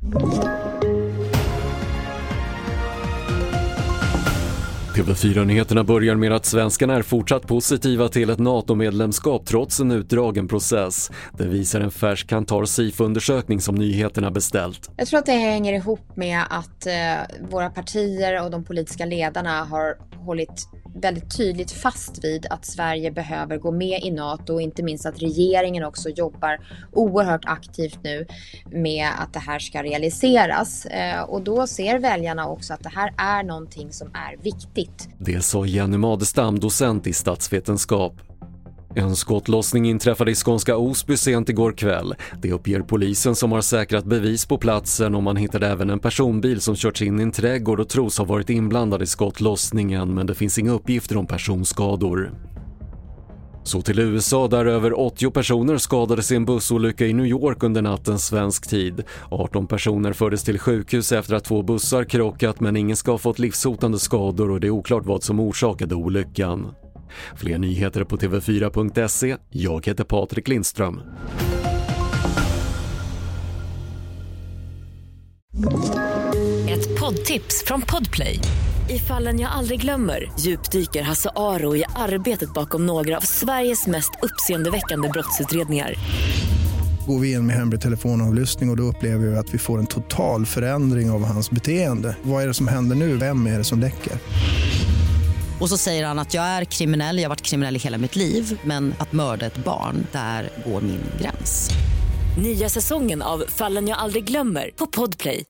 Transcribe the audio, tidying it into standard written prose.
TV4-nyheterna börjar med att svenskarna är fortsatt positiva till ett NATO-medlemskap trots en utdragen process. Det visar en färsk Kantar-SIFO-undersökning som nyheterna beställt. Jag tror att det hänger ihop med att våra partier och de politiska ledarna har hållit väldigt tydligt fast vid att Sverige behöver gå med i NATO, och inte minst att regeringen också jobbar oerhört aktivt nu med att det här ska realiseras. Och då ser väljarna också att det här är någonting som är viktigt. Det sa Jenny Madestam, docent i statsvetenskap. En skottlossning inträffade i skånska Osby sent igår kväll. Det uppger polisen som har säkrat bevis på platsen, och man hittade även en personbil som körts in i en trädgård och tros ha varit inblandad i skottlossningen, men det finns inga uppgifter om personskador. Så till USA, där över 80 personer skadades i en bussolycka i New York under natten svensk tid. 18 personer fördes till sjukhus efter att 2 bussar krockat, men ingen ska ha fått livshotande skador och det är oklart vad som orsakade olyckan. Fler nyheter på tv4.se. Jag heter Patrik Lindström. Ett poddtips från Podplay. I Fallen jag aldrig glömmer djupdyker Hasse Aro i arbetet bakom några av Sveriges mest uppseendeväckande brottsutredningar. Går vi in med hemlig telefonavlyssning och då upplever vi att vi får en total förändring av hans beteende. Vad är det som händer nu? Vem är det som läcker? Och så säger han att jag är kriminell, jag har varit kriminell i hela mitt liv, men att mörda ett barn, där går min gräns. Nya säsongen av Fallen jag aldrig glömmer på Podplay.